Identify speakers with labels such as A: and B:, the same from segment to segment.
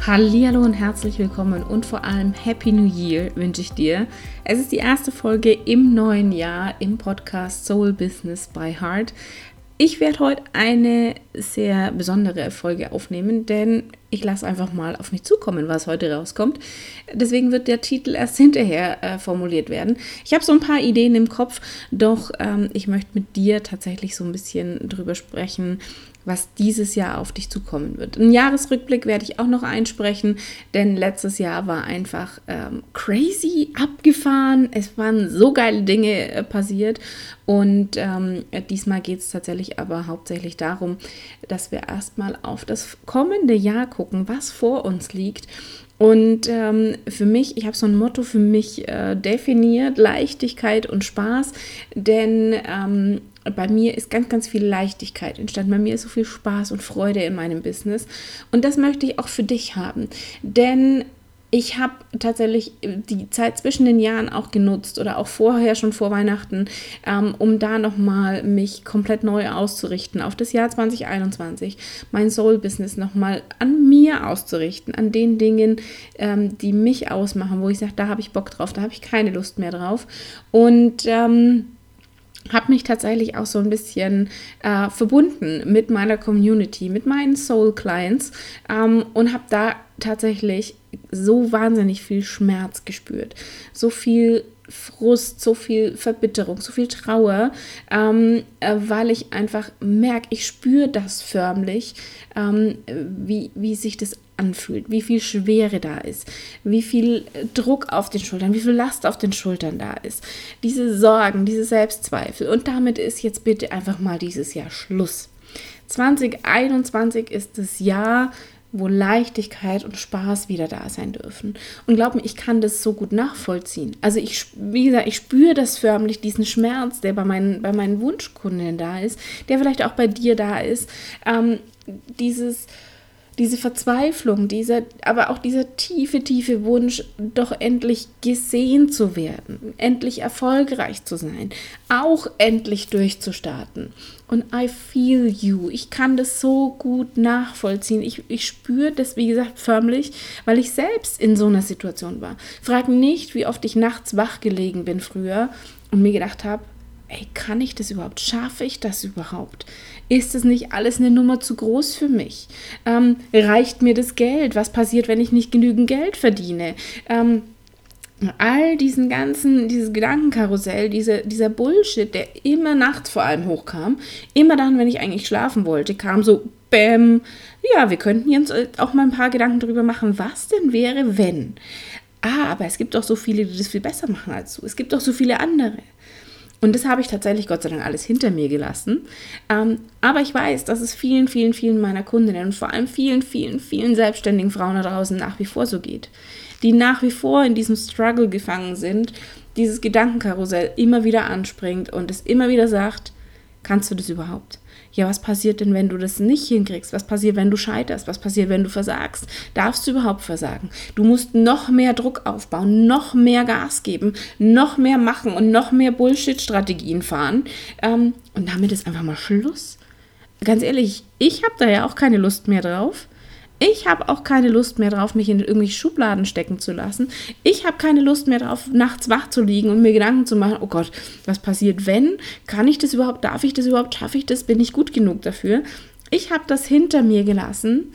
A: Hallihallo und herzlich willkommen und vor allem Happy New Year wünsche ich dir. Es ist die erste Folge im neuen Jahr im Podcast Soul Business by Heart. Ich werde heute eine sehr besondere Folge aufnehmen, denn ich lasse einfach mal auf mich zukommen, was heute rauskommt. Deswegen wird der Titel erst hinterher formuliert werden. Ich habe so ein paar Ideen im Kopf, doch ich möchte mit dir tatsächlich so ein bisschen drüber sprechen, was dieses Jahr auf dich zukommen wird. Einen Jahresrückblick werde ich auch noch einsprechen, denn letztes Jahr war einfach crazy abgefahren. Es waren so geile Dinge passiert und diesmal geht es tatsächlich aber hauptsächlich darum, dass wir erstmal auf das kommende Jahr gucken, was vor uns liegt. Und für mich, ich habe so ein Motto für mich definiert, Leichtigkeit und Spaß, denn bei mir ist ganz, ganz viel Leichtigkeit entstanden. Bei mir ist so viel Spaß und Freude in meinem Business. Und das möchte ich auch für dich haben. Denn ich habe tatsächlich die Zeit zwischen den Jahren auch genutzt oder auch vorher, schon vor Weihnachten, um da nochmal mich komplett neu auszurichten auf das Jahr 2021, mein Soul-Business nochmal an mir auszurichten, an den Dingen, die mich ausmachen, wo ich sage, da habe ich Bock drauf, da habe ich keine Lust mehr drauf. Und habe mich tatsächlich auch so ein bisschen verbunden mit meiner Community, mit meinen Soul-Clients und habe da tatsächlich so wahnsinnig viel Schmerz gespürt, so viel Frust, so viel Verbitterung, so viel Trauer, weil ich einfach merke, ich spüre das förmlich, wie sich das anfühlt, wie viel Schwere da ist, wie viel Druck auf den Schultern, wie viel Last auf den Schultern da ist, diese Sorgen, diese Selbstzweifel. Und damit ist jetzt bitte einfach mal dieses Jahr Schluss. 2021 ist das Jahr, wo Leichtigkeit und Spaß wieder da sein dürfen. Und glaub mir, ich kann das so gut nachvollziehen. Also wie gesagt, ich spüre das förmlich, diesen Schmerz, der bei meinen Wunschkunden da ist, der vielleicht auch bei dir da ist, diese Verzweiflung, aber auch dieser tiefe Wunsch, doch endlich gesehen zu werden, endlich erfolgreich zu sein, auch endlich durchzustarten. Und I feel you. Ich kann das so gut nachvollziehen. Ich spüre das, wie gesagt, förmlich, weil ich selbst in so einer Situation war. Frag nicht, wie oft ich nachts wach gelegen bin früher und mir gedacht habe, ey, kann ich das überhaupt? Schaffe ich das überhaupt? Ist das nicht alles eine Nummer zu groß für mich? Reicht mir das Geld? Was passiert, wenn ich nicht genügend Geld verdiene? All dieses Gedankenkarussell, dieser Bullshit, der immer nachts vor allem hochkam, immer dann, wenn ich eigentlich schlafen wollte, kam so, bäm, ja, wir könnten jetzt auch mal ein paar Gedanken darüber machen, was denn wäre, wenn? Aber es gibt doch so viele, die das viel besser machen als du. Es gibt doch so viele andere. Und das habe ich tatsächlich Gott sei Dank alles hinter mir gelassen. Aber ich weiß, dass es vielen meiner Kundinnen und vor allem vielen selbstständigen Frauen da draußen nach wie vor so geht. Die nach wie vor in diesem Struggle gefangen sind, dieses Gedankenkarussell immer wieder anspringt und es immer wieder sagt, kannst du das überhaupt? Ja, was passiert denn, wenn du das nicht hinkriegst? Was passiert, wenn du scheiterst? Was passiert, wenn du versagst? Darfst du überhaupt versagen? Du musst noch mehr Druck aufbauen, noch mehr Gas geben, noch mehr machen und noch mehr Bullshit-Strategien fahren. Und damit ist einfach mal Schluss. Ganz ehrlich, ich habe da ja auch keine Lust mehr drauf. Ich habe auch keine Lust mehr drauf, mich in irgendwelche Schubladen stecken zu lassen. Ich habe keine Lust mehr drauf, nachts wach zu liegen und mir Gedanken zu machen, oh Gott, was passiert, wenn? Kann ich das überhaupt? Darf ich das überhaupt? Schaffe ich das? Bin ich gut genug dafür? Ich habe das hinter mir gelassen.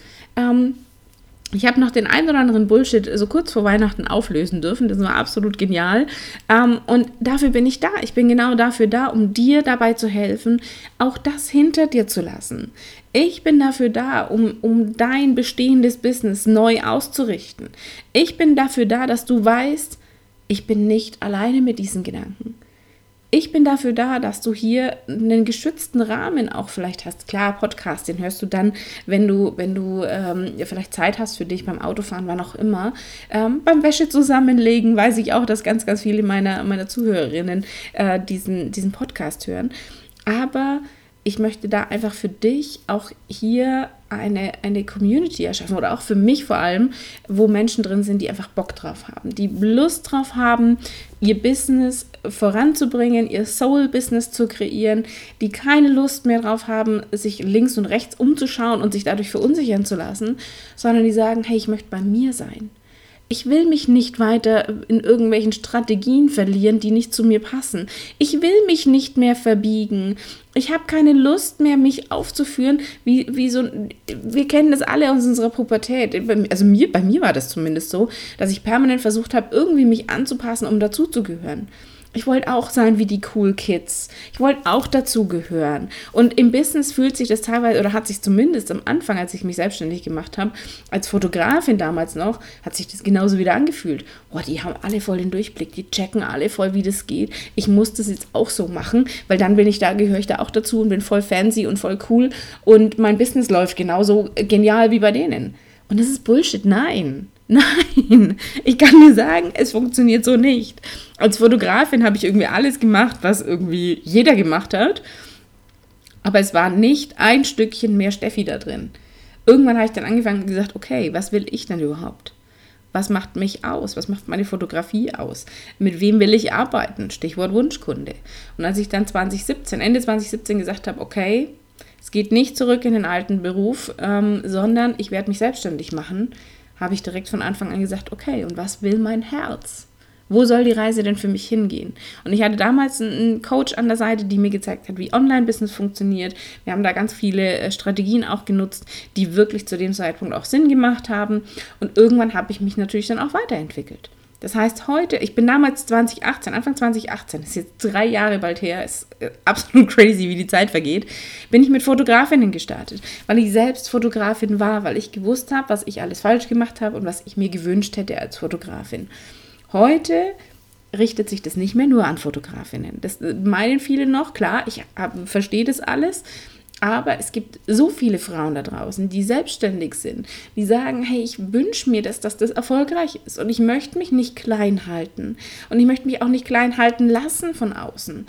A: Ich habe noch den einen oder anderen Bullshit so kurz vor Weihnachten auflösen dürfen. Das war absolut genial. Und dafür bin ich da. Ich bin genau dafür da, um dir dabei zu helfen, auch das hinter dir zu lassen. Ich bin dafür da, um dein bestehendes Business neu auszurichten. Ich bin dafür da, dass du weißt, ich bin nicht alleine mit diesen Gedanken. Ich bin dafür da, dass du hier einen geschützten Rahmen auch vielleicht hast. Klar, Podcast, den hörst du dann, wenn du vielleicht Zeit hast für dich beim Autofahren, wann auch immer. Beim Wäsche zusammenlegen weiß ich auch, dass ganz viele meiner Zuhörerinnen diesen Podcast hören. Aber ich möchte da einfach für dich auch hier eine Community erschaffen oder auch für mich vor allem, wo Menschen drin sind, die einfach Bock drauf haben, die Lust drauf haben, ihr Business voranzubringen, ihr Soul-Business zu kreieren, die keine Lust mehr drauf haben, sich links und rechts umzuschauen und sich dadurch verunsichern zu lassen, sondern die sagen, hey, ich möchte bei mir sein. Ich will mich nicht weiter in irgendwelchen Strategien verlieren, die nicht zu mir passen. Ich will mich nicht mehr verbiegen. Ich habe keine Lust mehr, mich aufzuführen, wie so, wir kennen das alle aus unserer Pubertät. Also bei mir war das zumindest so, dass ich permanent versucht habe, irgendwie mich anzupassen, um dazuzugehören. Ich wollte auch sein wie die Cool Kids. Ich wollte auch dazugehören. Und im Business fühlt sich das teilweise, oder hat sich zumindest am Anfang, als ich mich selbstständig gemacht habe, als Fotografin damals noch, hat sich das genauso wieder angefühlt. Boah, die haben alle voll den Durchblick, die checken alle voll, wie das geht. Ich muss das jetzt auch so machen, weil dann gehöre ich da auch dazu und bin voll fancy und voll cool und mein Business läuft genauso genial wie bei denen. Und das ist Bullshit. Nein, ich kann dir sagen, es funktioniert so nicht. Als Fotografin habe ich irgendwie alles gemacht, was irgendwie jeder gemacht hat. Aber es war nicht ein Stückchen mehr Steffi da drin. Irgendwann habe ich dann angefangen und gesagt, okay, was will ich denn überhaupt? Was macht mich aus? Was macht meine Fotografie aus? Mit wem will ich arbeiten? Stichwort Wunschkunde. Und als ich dann Ende 2017 gesagt habe, okay, es geht nicht zurück in den alten Beruf, sondern ich werde mich selbstständig machen, habe ich direkt von Anfang an gesagt, okay, und was will mein Herz? Wo soll die Reise denn für mich hingehen? Und ich hatte damals einen Coach an der Seite, die mir gezeigt hat, wie Online-Business funktioniert. Wir haben da ganz viele Strategien auch genutzt, die wirklich zu dem Zeitpunkt auch Sinn gemacht haben. Und irgendwann habe ich mich natürlich dann auch weiterentwickelt. Das heißt, heute, ich bin damals Anfang 2018, das ist jetzt 3 Jahre bald her, ist absolut crazy, wie die Zeit vergeht, bin ich mit Fotografinnen gestartet, weil ich selbst Fotografin war, weil ich gewusst habe, was ich alles falsch gemacht habe und was ich mir gewünscht hätte als Fotografin. Heute richtet sich das nicht mehr nur an Fotografinnen. Das meinen viele noch, klar, ich verstehe das alles, aber es gibt so viele Frauen da draußen, die selbstständig sind, die sagen, hey, ich wünsche mir, dass das erfolgreich ist und ich möchte mich nicht klein halten und ich möchte mich auch nicht klein halten lassen von außen,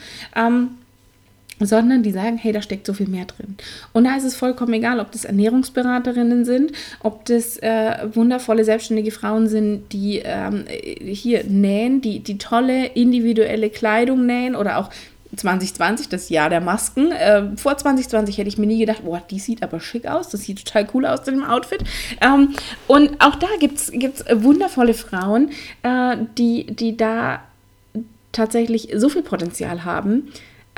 A: sondern die sagen, hey, da steckt so viel mehr drin. Und da ist es vollkommen egal, ob das Ernährungsberaterinnen sind, ob das wundervolle selbstständige Frauen sind, die hier nähen, die tolle individuelle Kleidung nähen oder auch 2020, das Jahr der Masken. Vor 2020 hätte ich mir nie gedacht, boah, die sieht aber schick aus, das sieht total cool aus in dem Outfit. Und auch da gibt's wundervolle Frauen, die da tatsächlich so viel Potenzial haben,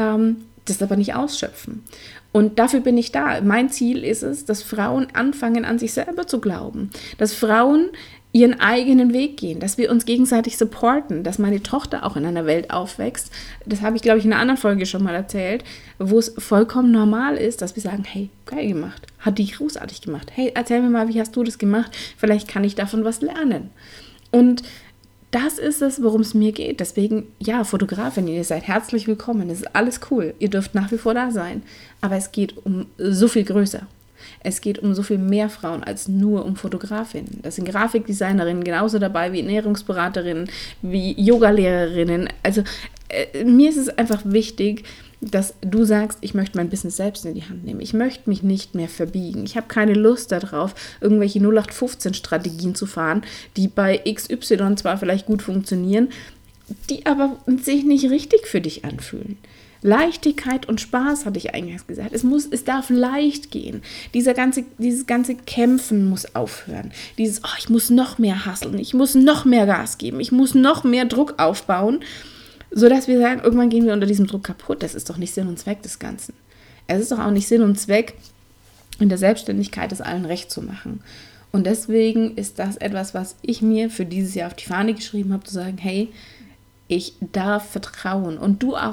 A: das aber nicht ausschöpfen. Und dafür bin ich da. Mein Ziel ist es, dass Frauen anfangen, an sich selber zu glauben. Dass Frauen ihren eigenen Weg gehen, dass wir uns gegenseitig supporten, dass meine Tochter auch in einer Welt aufwächst. Das habe ich, glaube ich, in einer anderen Folge schon mal erzählt, wo es vollkommen normal ist, dass wir sagen, hey, geil gemacht, hat die großartig gemacht. Hey, erzähl mir mal, wie hast du das gemacht? Vielleicht kann ich davon was lernen. Und das ist es, worum es mir geht. Deswegen, ja, Fotografin, ihr seid herzlich willkommen. Das ist alles cool. Ihr dürft nach wie vor da sein. Aber es geht um so viel größer. Es geht um so viel mehr Frauen als nur um Fotografinnen. Das sind Grafikdesignerinnen genauso dabei wie Ernährungsberaterinnen, wie Yogalehrerinnen. Also mir ist es einfach wichtig, dass du sagst, ich möchte mein Business selbst in die Hand nehmen. Ich möchte mich nicht mehr verbiegen. Ich habe keine Lust darauf, irgendwelche 0815-Strategien zu fahren, die bei XY zwar vielleicht gut funktionieren, die aber sich nicht richtig für dich anfühlen. Leichtigkeit und Spaß, hatte ich eingangs gesagt. Es darf leicht gehen. Dieses ganze Kämpfen muss aufhören. Ich muss noch mehr hustlen, ich muss noch mehr Gas geben, ich muss noch mehr Druck aufbauen, sodass wir sagen, irgendwann gehen wir unter diesem Druck kaputt. Das ist doch nicht Sinn und Zweck des Ganzen. Es ist doch auch nicht Sinn und Zweck, in der Selbstständigkeit es allen recht zu machen. Und deswegen ist das etwas, was ich mir für dieses Jahr auf die Fahne geschrieben habe, zu sagen, hey, ich darf vertrauen und du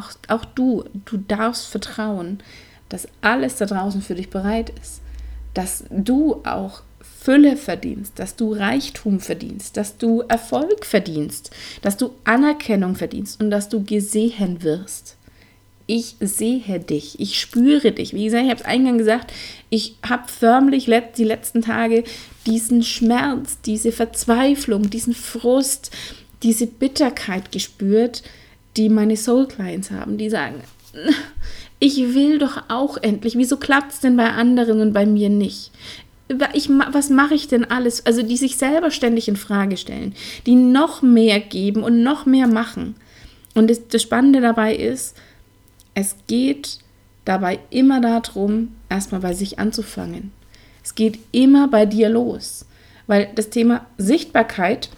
A: darfst vertrauen, dass alles da draußen für dich bereit ist, dass du auch Fülle verdienst, dass du Reichtum verdienst, dass du Erfolg verdienst, dass du Anerkennung verdienst und dass du gesehen wirst. Ich sehe dich, ich spüre dich. Wie gesagt, ich habe es eingangs gesagt, ich habe förmlich die letzten Tage diesen Schmerz, diese Verzweiflung, diesen Frust, diese Bitterkeit gespürt, die meine Soul Clients haben, die sagen, Ich will doch auch endlich. Wieso klappt es denn bei anderen und bei mir nicht? Was mache ich denn alles? Also die sich selber ständig in Frage stellen, die noch mehr geben und noch mehr machen. Und das Spannende dabei ist, es geht dabei immer darum, erstmal bei sich anzufangen. Es geht immer bei dir los, weil das Thema Sichtbarkeit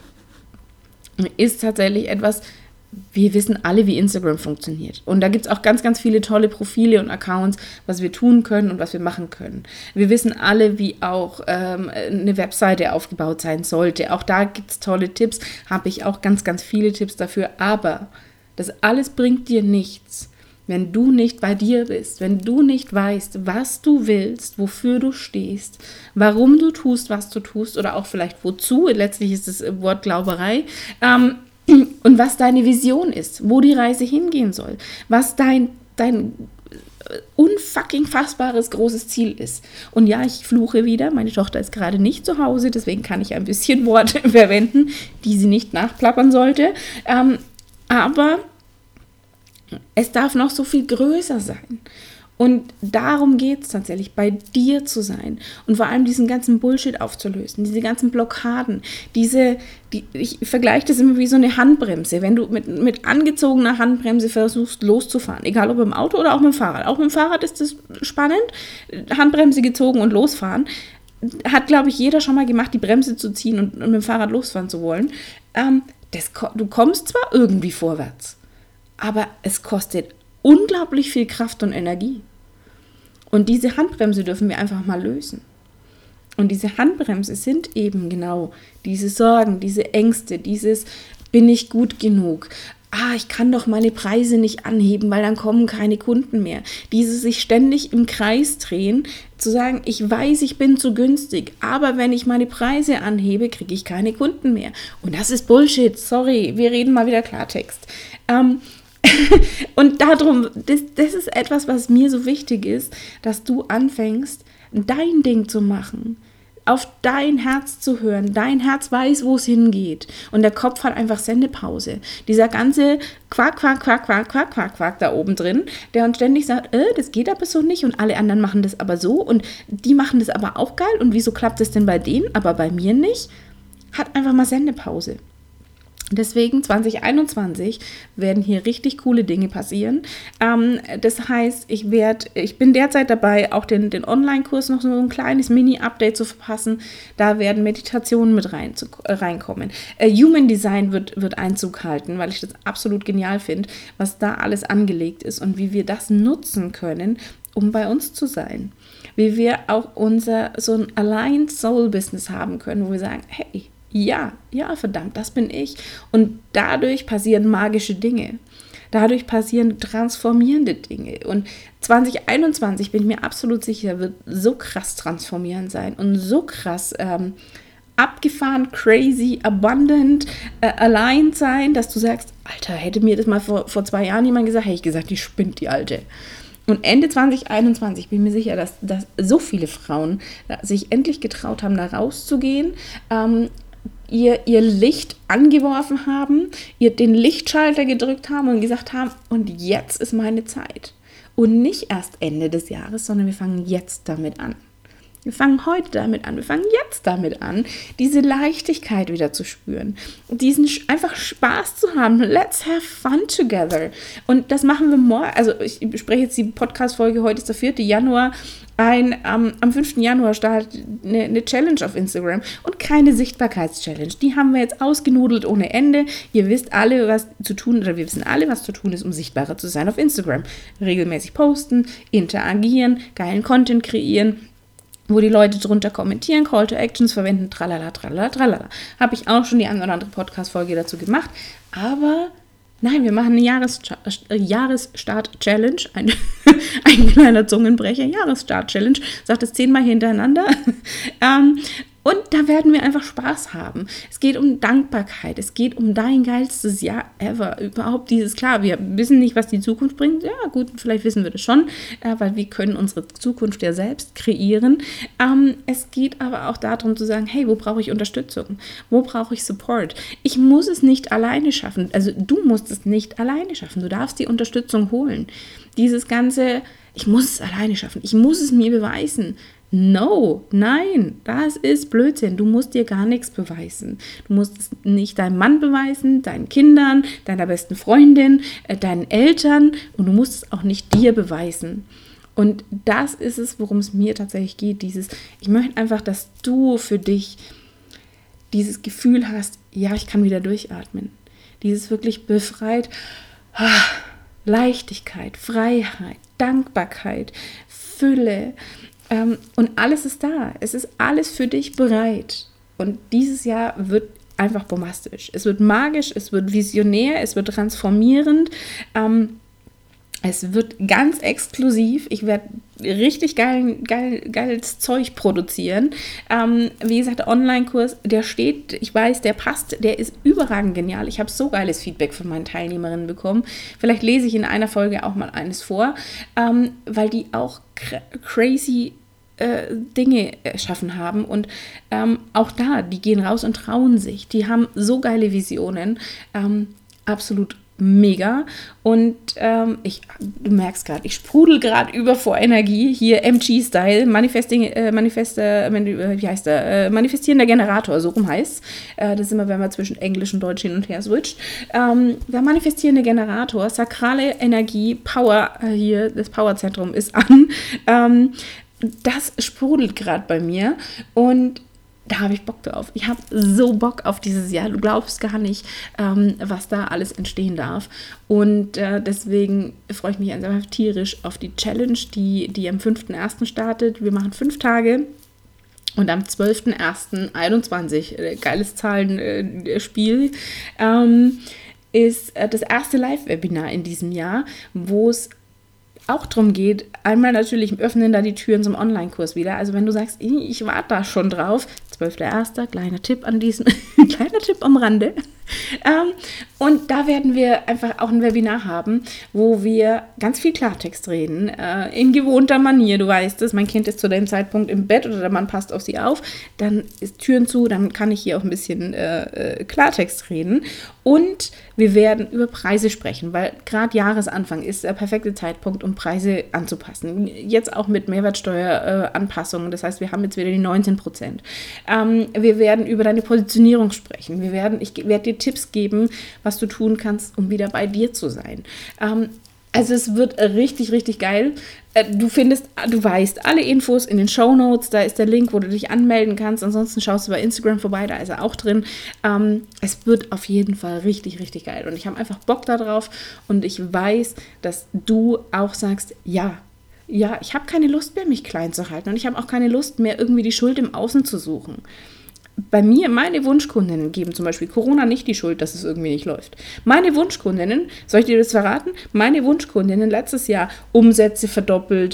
A: ist tatsächlich etwas, wir wissen alle, wie Instagram funktioniert. Und da gibt es auch ganz, ganz viele tolle Profile und Accounts, was wir tun können und was wir machen können. Wir wissen alle, wie auch eine Webseite aufgebaut sein sollte. Auch da gibt es tolle Tipps, habe ich auch ganz, ganz viele Tipps dafür. Aber das alles bringt dir nichts, wenn du nicht bei dir bist, wenn du nicht weißt, was du willst, wofür du stehst, warum du tust, was du tust oder auch vielleicht wozu. Letztlich ist das Wort Glauberei. Und was deine Vision ist, wo die Reise hingehen soll, was dein unfucking fassbares großes Ziel ist. Und ja, ich fluche wieder, meine Tochter ist gerade nicht zu Hause, deswegen kann ich ein bisschen Worte verwenden, die sie nicht nachplappern sollte. Aber es darf noch so viel größer sein. Und darum geht es tatsächlich, bei dir zu sein und vor allem diesen ganzen Bullshit aufzulösen, diese ganzen Blockaden, ich vergleiche das immer wie so eine Handbremse. Wenn du mit angezogener Handbremse versuchst loszufahren, egal ob im Auto oder auch mit dem Fahrrad. Auch mit dem Fahrrad ist das spannend, Handbremse gezogen und losfahren. Hat, glaube ich, jeder schon mal gemacht, die Bremse zu ziehen und mit dem Fahrrad losfahren zu wollen. Du kommst zwar irgendwie vorwärts, aber es kostet unglaublich viel Kraft und Energie. Und diese Handbremse dürfen wir einfach mal lösen. Und diese Handbremse sind eben genau diese Sorgen, diese Ängste, dieses bin ich gut genug? Ich kann doch meine Preise nicht anheben, weil dann kommen keine Kunden mehr. Dieses sich ständig im Kreis drehen, zu sagen, ich weiß, ich bin zu günstig, aber wenn ich meine Preise anhebe, kriege ich keine Kunden mehr. Und das ist Bullshit, sorry, wir reden mal wieder Klartext. Und darum, das ist etwas, was mir so wichtig ist, dass du anfängst, dein Ding zu machen, auf dein Herz zu hören. Dein Herz weiß, wo es hingeht. Und der Kopf hat einfach Sendepause. Dieser ganze Quack da oben drin, der uns ständig sagt, das geht aber so nicht und alle anderen machen das aber so und die machen das aber auch geil und wieso klappt das denn bei denen, aber bei mir nicht, hat einfach mal Sendepause. Deswegen 2021 werden hier richtig coole Dinge passieren. Das heißt, ich bin derzeit dabei, auch den Online-Kurs noch so ein kleines Mini-Update zu verpassen. Da werden Meditationen mit reinkommen. Human Design wird Einzug halten, weil ich das absolut genial finde, was da alles angelegt ist und wie wir das nutzen können, um bei uns zu sein. Wie wir auch so ein Aligned Soul Business haben können, wo wir sagen, hey, ja, verdammt, das bin ich. Und dadurch passieren magische Dinge. Dadurch passieren transformierende Dinge. Und 2021, bin ich mir absolut sicher, wird so krass transformierend sein und so krass abgefahren, crazy, abundant, aligned sein, dass du sagst, Alter, hätte mir das mal vor 2 Jahren jemand gesagt, hätte ich gesagt, die spinnt, die Alte. Und Ende 2021 bin ich mir sicher, dass so viele Frauen sich endlich getraut haben, da rauszugehen, ihr Licht angeworfen haben, ihr den Lichtschalter gedrückt haben und gesagt haben, und jetzt ist meine Zeit. Und nicht erst Ende des Jahres, sondern wir fangen jetzt damit an. Wir fangen heute damit an, wir fangen jetzt damit an, diese Leichtigkeit wieder zu spüren, diesen einfach Spaß zu haben. Let's have fun together. Und das machen wir morgen, also ich bespreche jetzt die Podcast-Folge, heute ist der 4. Januar, am 5. Januar startet eine Challenge auf Instagram und keine Sichtbarkeitschallenge. Die haben wir jetzt ausgenudelt ohne Ende. Ihr wisst alle, was zu tun, oder wir wissen alle, was zu tun ist, um sichtbarer zu sein auf Instagram. Regelmäßig posten, interagieren, geilen Content kreieren, wo die Leute drunter kommentieren, Call to Actions verwenden, tralala, tralala, tralala. Habe ich auch schon die eine oder andere Podcast-Folge dazu gemacht. Aber nein, wir machen eine Jahresstart-Challenge, ein kleiner Zungenbrecher, Jahresstart-Challenge, sagt es 10-mal hintereinander. Und da werden wir einfach Spaß haben. Es geht um Dankbarkeit. Es geht um dein geilstes Jahr ever. Überhaupt dieses, klar, wir wissen nicht, was die Zukunft bringt. Ja gut, vielleicht wissen wir das schon, weil wir können unsere Zukunft ja selbst kreieren. Es geht aber auch darum zu sagen, hey, wo brauche ich Unterstützung? Wo brauche ich Support? Ich muss es nicht alleine schaffen. Also du musst es nicht alleine schaffen. Du darfst die Unterstützung holen. Dieses ganze, ich muss es alleine schaffen. Ich muss es mir beweisen. No, nein, das ist Blödsinn. Du musst dir gar nichts beweisen. Du musst es nicht deinem Mann beweisen, deinen Kindern, deiner besten Freundin, deinen Eltern und du musst es auch nicht dir beweisen. Und das ist es, worum es mir tatsächlich geht. Ich möchte einfach, dass du für dich dieses Gefühl hast, ja, ich kann wieder durchatmen. Dieses wirklich befreit, Leichtigkeit, Freiheit, Dankbarkeit, Fülle. Und alles ist da. Es ist alles für dich bereit. Und dieses Jahr wird einfach bombastisch. Es wird magisch, es wird visionär, es wird transformierend. Es wird ganz exklusiv. Ich werde richtig geiles Zeug produzieren. Wie gesagt, der Online-Kurs, der steht, ich weiß, der passt, der ist überragend genial. Ich habe so geiles Feedback von meinen Teilnehmerinnen bekommen. Vielleicht lese ich in einer Folge auch mal eines vor, weil die auch crazy Dinge erschaffen haben und auch da, die gehen raus und trauen sich. Die haben so geile Visionen, absolut mega und du merkst gerade, ich sprudel gerade über vor Energie, hier MG-Style, manifestierender Generator, so rum heißt das ist immer, wenn man zwischen Englisch und Deutsch hin und her switcht. Der manifestierende Generator, sakrale Energie, Power, hier, das Powerzentrum ist an, das sprudelt gerade bei mir und da habe ich Bock drauf. Ich habe so Bock auf dieses Jahr. Du glaubst gar nicht, was da alles entstehen darf. Und deswegen freue ich mich einfach tierisch auf die Challenge, die am 5.1. startet. Wir machen 5 Tage. Und am 12.01.21, geiles Zahlenspiel, ist das erste Live-Webinar in diesem Jahr, wo es auch darum geht, einmal natürlich öffnen da die Türen zum Online-Kurs wieder. Also wenn du sagst, ich warte da schon drauf, 12.01., kleiner Tipp kleiner Tipp am Rande. Und da werden wir einfach auch ein Webinar haben, wo wir ganz viel Klartext reden, in gewohnter Manier. Du weißt es, mein Kind ist zu dem Zeitpunkt im Bett oder der Mann passt auf sie auf, dann ist Türen zu, dann kann ich hier auch ein bisschen Klartext reden. Und wir werden über Preise sprechen, weil gerade Jahresanfang ist der perfekte Zeitpunkt, um Preise anzupassen. Jetzt auch mit Mehrwertsteueranpassungen, das heißt, wir haben jetzt wieder die 19%. Wir werden über deine Positionierung sprechen. Ich werde dir Tipps geben, was du tun kannst, um wieder bei dir zu sein. Also es wird richtig, richtig geil. Du weißt alle Infos in den Shownotes, da ist der Link, wo du dich anmelden kannst. Ansonsten schaust du bei Instagram vorbei, da ist er auch drin. Es wird auf jeden Fall richtig, richtig geil. Und ich habe einfach Bock darauf und ich weiß, dass du auch sagst, ja, ich habe keine Lust mehr, mich klein zu halten und ich habe auch keine Lust mehr, irgendwie die Schuld im Außen zu suchen. Bei mir, meine Wunschkundinnen geben zum Beispiel Corona nicht die Schuld, dass es irgendwie nicht läuft. Meine Wunschkundinnen, soll ich dir das verraten? Meine Wunschkundinnen letztes Jahr Umsätze verdoppelt,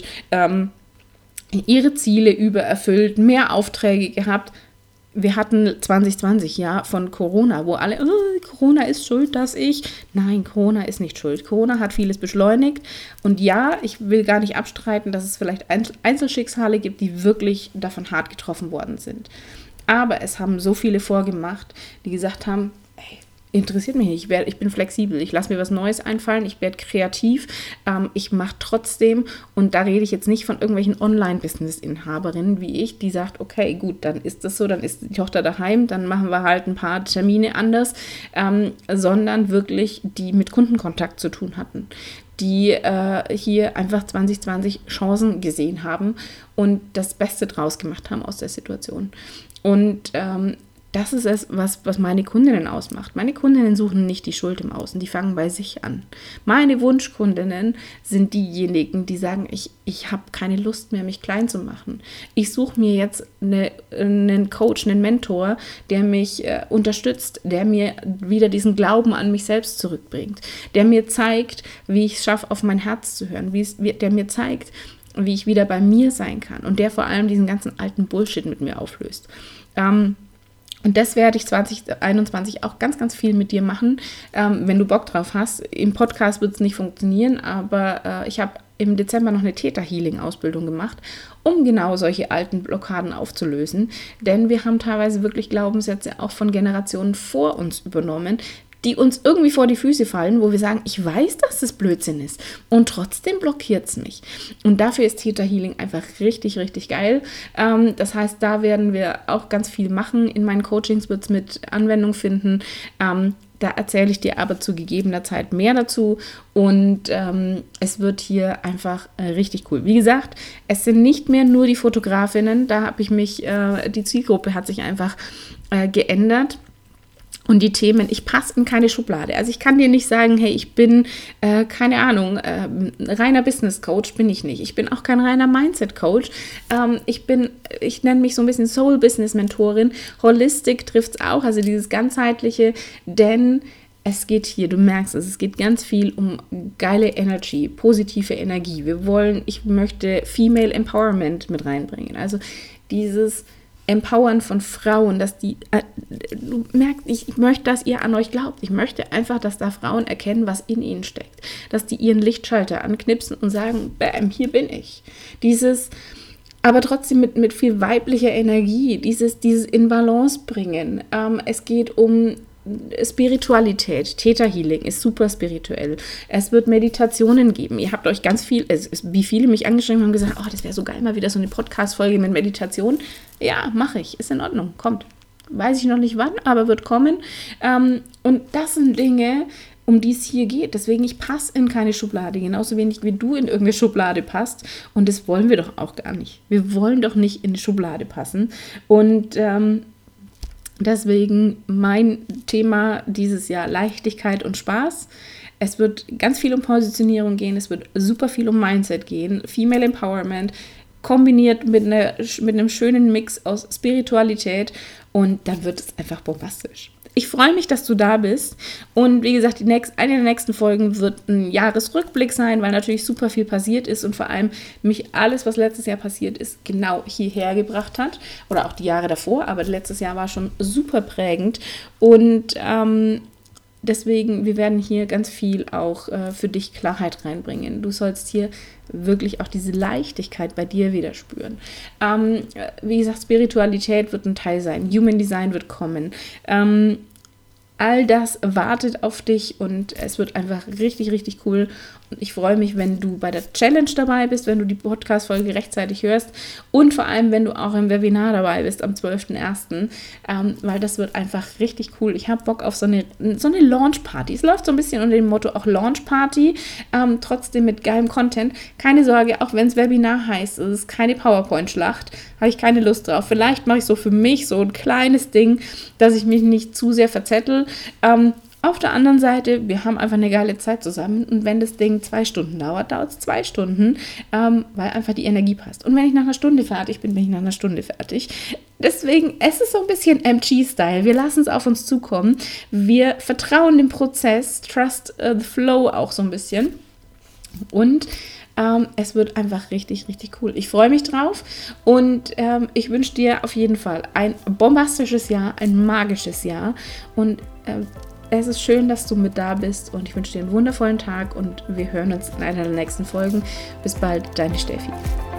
A: ihre Ziele übererfüllt, mehr Aufträge gehabt. Wir hatten 2020 ja von Corona, wo alle, Corona ist schuld, dass ich. Nein, Corona ist nicht schuld. Corona hat vieles beschleunigt. Und ja, ich will gar nicht abstreiten, dass es vielleicht Einzelschicksale gibt, die wirklich davon hart getroffen worden sind. Aber es haben so viele vorgemacht, die gesagt haben, ey, interessiert mich nicht, ich bin flexibel, ich lasse mir was Neues einfallen, ich werde kreativ, ich mache trotzdem, und da rede ich jetzt nicht von irgendwelchen Online-Business-Inhaberinnen wie ich, die sagt, okay, gut, dann ist das so, dann ist die Tochter daheim, dann machen wir halt ein paar Termine anders, sondern wirklich, die mit Kundenkontakt zu tun hatten, die hier einfach 2020 Chancen gesehen haben und das Beste draus gemacht haben aus der Situation. Und das ist es, was meine Kundinnen ausmacht. Meine Kundinnen suchen nicht die Schuld im Außen, die fangen bei sich an. Meine Wunschkundinnen sind diejenigen, die sagen, ich habe keine Lust mehr, mich klein zu machen. Ich suche mir jetzt einen Coach, einen Mentor, der mich unterstützt, der mir wieder diesen Glauben an mich selbst zurückbringt, der mir zeigt, wie ich es schaffe, auf mein Herz zu hören, der mir zeigt, wie ich wieder bei mir sein kann und der vor allem diesen ganzen alten Bullshit mit mir auflöst. Und das werde ich 2021 auch ganz, ganz viel mit dir machen, wenn du Bock drauf hast. Im Podcast wird es nicht funktionieren, aber ich habe im Dezember noch eine Theta-Healing-Ausbildung gemacht, um genau solche alten Blockaden aufzulösen. Denn wir haben teilweise wirklich Glaubenssätze auch von Generationen vor uns übernommen, die uns irgendwie vor die Füße fallen, wo wir sagen, ich weiß, dass das Blödsinn ist und trotzdem blockiert es mich. Und dafür ist Theta Healing einfach richtig, richtig geil. Das heißt, da werden wir auch ganz viel machen. In meinen Coachings wird es mit Anwendung finden. Da erzähle ich dir aber zu gegebener Zeit mehr dazu und es wird hier einfach richtig cool. Wie gesagt, es sind nicht mehr nur die Fotografinnen, da habe ich mich, die Zielgruppe hat sich einfach geändert. Und die Themen, ich passe in keine Schublade. Also ich kann dir nicht sagen, hey, ich bin, keine Ahnung, reiner Business Coach bin ich nicht. Ich bin auch kein reiner Mindset Coach. Ich nenne mich so ein bisschen Soul Business Mentorin. Holistic trifft es auch, also dieses ganzheitliche, denn es geht hier, du merkst es geht ganz viel um geile Energy, positive Energie. Ich möchte Female Empowerment mit reinbringen. Also dieses Empowern von Frauen, dass die, du merkst, ich möchte, dass ihr an euch glaubt. Ich möchte einfach, dass da Frauen erkennen, was in ihnen steckt. Dass die ihren Lichtschalter anknipsen und sagen, bam, hier bin ich. Aber trotzdem mit viel weiblicher Energie, dieses in Balance bringen. Es geht um Spiritualität, Theta Healing ist super spirituell. Es wird Meditationen geben. Ihr habt euch ganz viel, wie viele mich angeschrieben haben, gesagt, oh, das wäre so geil, mal wieder so eine Podcast-Folge mit Meditation. Ja, mache ich, ist in Ordnung, kommt. Weiß ich noch nicht wann, aber wird kommen. Und das sind Dinge, um die es hier geht. Deswegen, ich passe in keine Schublade, genauso wenig wie du in irgendeine Schublade passt. Und das wollen wir doch auch gar nicht. Wir wollen doch nicht in eine Schublade passen. Und deswegen mein Thema dieses Jahr Leichtigkeit und Spaß. Es wird ganz viel um Positionierung gehen, es wird super viel um Mindset gehen, Female Empowerment, kombiniert mit einem schönen Mix aus Spiritualität und dann wird es einfach bombastisch. Ich freue mich, dass du da bist und wie gesagt, eine der nächsten Folgen wird ein Jahresrückblick sein, weil natürlich super viel passiert ist und vor allem mich alles, was letztes Jahr passiert ist, genau hierher gebracht hat oder auch die Jahre davor, aber letztes Jahr war schon super prägend und deswegen, wir werden hier ganz viel auch für dich Klarheit reinbringen. Du sollst hier wirklich auch diese Leichtigkeit bei dir wieder spüren. Wie gesagt, Spiritualität wird ein Teil sein. Human Design wird kommen. All das wartet auf dich und es wird einfach richtig, richtig cool. Und ich freue mich, wenn du bei der Challenge dabei bist, wenn du die Podcast-Folge rechtzeitig hörst und vor allem, wenn du auch im Webinar dabei bist am 12.01., weil das wird einfach richtig cool. Ich habe Bock auf so eine Launch-Party. Es läuft so ein bisschen unter dem Motto auch Launch-Party, trotzdem mit geilem Content. Keine Sorge, auch wenn es Webinar heißt, es ist keine PowerPoint-Schlacht, habe ich keine Lust drauf. Vielleicht mache ich so für mich so ein kleines Ding, dass ich mich nicht zu sehr verzettel. Auf der anderen Seite, wir haben einfach eine geile Zeit zusammen und wenn das Ding 2 Stunden dauert, dauert es 2 Stunden, weil einfach die Energie passt. Und wenn ich nach einer Stunde fertig bin, bin ich nach einer Stunde fertig. Deswegen, es ist so ein bisschen MG-Style. Wir lassen es auf uns zukommen. Wir vertrauen dem Prozess, trust the flow auch so ein bisschen. Und es wird einfach richtig, richtig cool. Ich freue mich drauf und ich wünsche dir auf jeden Fall ein bombastisches Jahr, ein magisches Jahr und es ist schön, dass du mit da bist und ich wünsche dir einen wundervollen Tag und wir hören uns in einer der nächsten Folgen. Bis bald, deine Steffi.